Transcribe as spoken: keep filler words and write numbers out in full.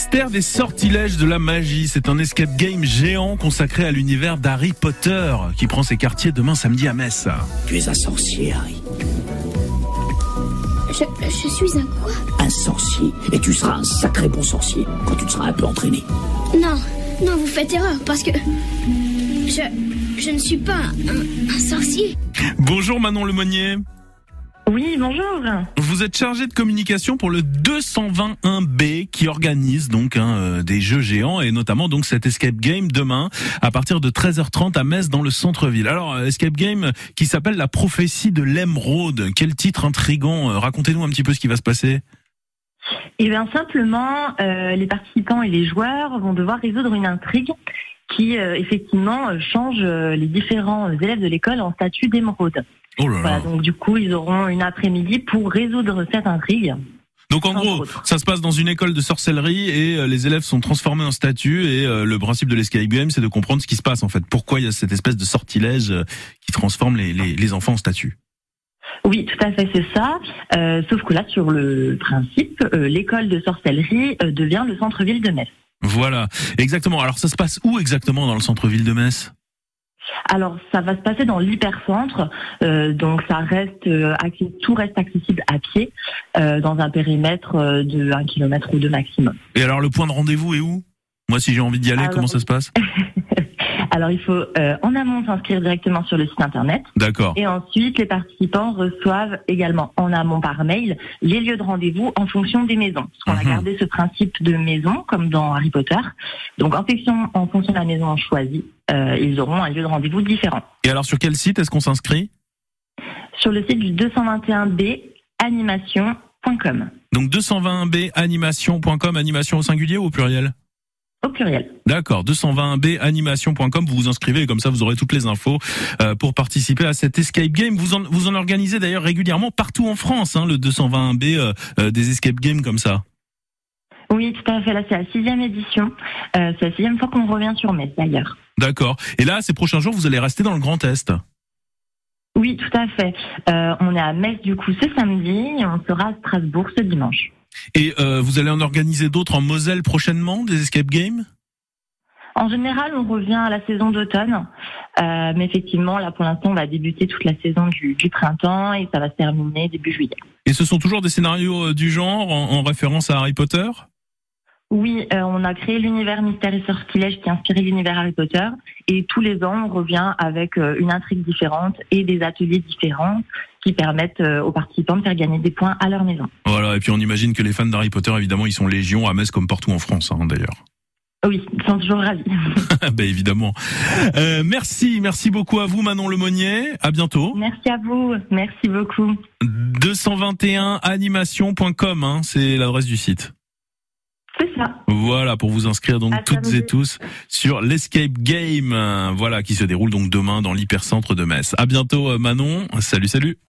Mystère des sortilèges de la magie, c'est un escape game géant consacré à l'univers d'Harry Potter qui prend ses quartiers demain samedi à Metz. Tu es un sorcier, Harry. Je, je suis un quoi? Un sorcier. Et tu seras un sacré bon sorcier quand tu te seras un peu entraîné. Non, non, vous faites erreur parce que je, je ne suis pas un, un sorcier. Bonjour Manon Lemonnier. Oui, bonjour. Vous êtes chargé de communication pour le deux cent vingt et un B qui organise donc hein, euh, des jeux géants et notamment donc cet escape game demain à partir de treize heures trente à Metz dans le centre-ville. Alors euh, escape game qui s'appelle la prophétie de l'émeraude. Quel titre intrigant. Euh, racontez-nous un petit peu ce qui va se passer. Eh bien simplement, euh, les participants et les joueurs vont devoir résoudre une intrigue qui euh, effectivement change euh, les différents élèves de l'école en statut d'émeraude. Oh là là. Voilà, donc du coup, ils auront une après-midi pour résoudre cette intrigue. Donc en gros, ça se passe dans une école de sorcellerie et euh, les élèves sont transformés en statues et euh, le principe de l'escape game, c'est de comprendre ce qui se passe en fait. Pourquoi il y a cette espèce de sortilège euh, qui transforme les, les, les enfants en statues. Oui, tout à fait, c'est ça. Euh, sauf que là, sur le principe, euh, l'école de sorcellerie euh, devient le centre-ville de Metz. Voilà, exactement. Alors ça se passe où exactement dans le centre-ville de Metz ? Alors, ça va se passer dans l'hypercentre, euh, donc ça reste euh, accès, tout reste accessible à pied, euh, dans un périmètre euh, de un kilomètre ou deux maximum. Et alors, le point de rendez-vous est où ? Moi, si j'ai envie d'y aller, alors, comment ça se passe ? Alors, il faut euh, en amont s'inscrire directement sur le site internet. D'accord. Et ensuite, les participants reçoivent également en amont par mail les lieux de rendez-vous en fonction des maisons. Parce qu'on Mmh. a gardé ce principe de maison, comme dans Harry Potter. Donc, en fonction, en fonction de la maison choisie, euh, ils auront un lieu de rendez-vous différent. Et alors, sur quel site est-ce qu'on s'inscrit ? Sur le site du deux cent vingt et un B, animation point com. Donc deux cent vingt B animation point com, animation au singulier ou au pluriel ? Au pluriel. D'accord, deux cent vingt B animation point com, vous vous inscrivez et comme ça vous aurez toutes les infos euh, pour participer à cet escape game. Vous en, vous en organisez d'ailleurs régulièrement partout en France, hein, le deux cent vingt B euh, euh, des escape games comme ça. Oui, tout à fait. Là, c'est la sixième édition. Euh, c'est la sixième fois qu'on revient sur Metz, d'ailleurs. D'accord. Et là, ces prochains jours, vous allez rester dans le Grand Est. Oui, tout à fait. Euh, on est à Metz, du coup, ce samedi et on sera à Strasbourg ce dimanche. Et euh, vous allez en organiser d'autres en Moselle prochainement, des escape games ? En général, on revient à la saison d'automne. Euh, mais effectivement, là, pour l'instant, on va débuter toute la saison du, du printemps et ça va se terminer début juillet. Et ce sont toujours des scénarios du genre en, en référence à Harry Potter ? Oui, euh, on a créé l'univers Mystère et Sortilèges qui a inspiré l'univers Harry Potter. Et tous les ans, on revient avec euh, une intrigue différente et des ateliers différents qui permettent euh, aux participants de faire gagner des points à leur maison. Voilà, et puis on imagine que les fans d'Harry Potter, évidemment, ils sont légion à Metz comme partout en France, hein, d'ailleurs. Oui, ils sont toujours ravis. Ben évidemment. Euh, merci, merci beaucoup à vous Manon Lemonnier. À bientôt. Merci à vous, merci beaucoup. deux cent vingt et un animation point com, hein, c'est l'adresse du site. C'est ça. Voilà, pour vous inscrire donc À toutes samedi. et tous sur l'escape game, euh, voilà, qui se déroule donc demain dans l'hypercentre de Metz. À bientôt Manon. Salut, salut.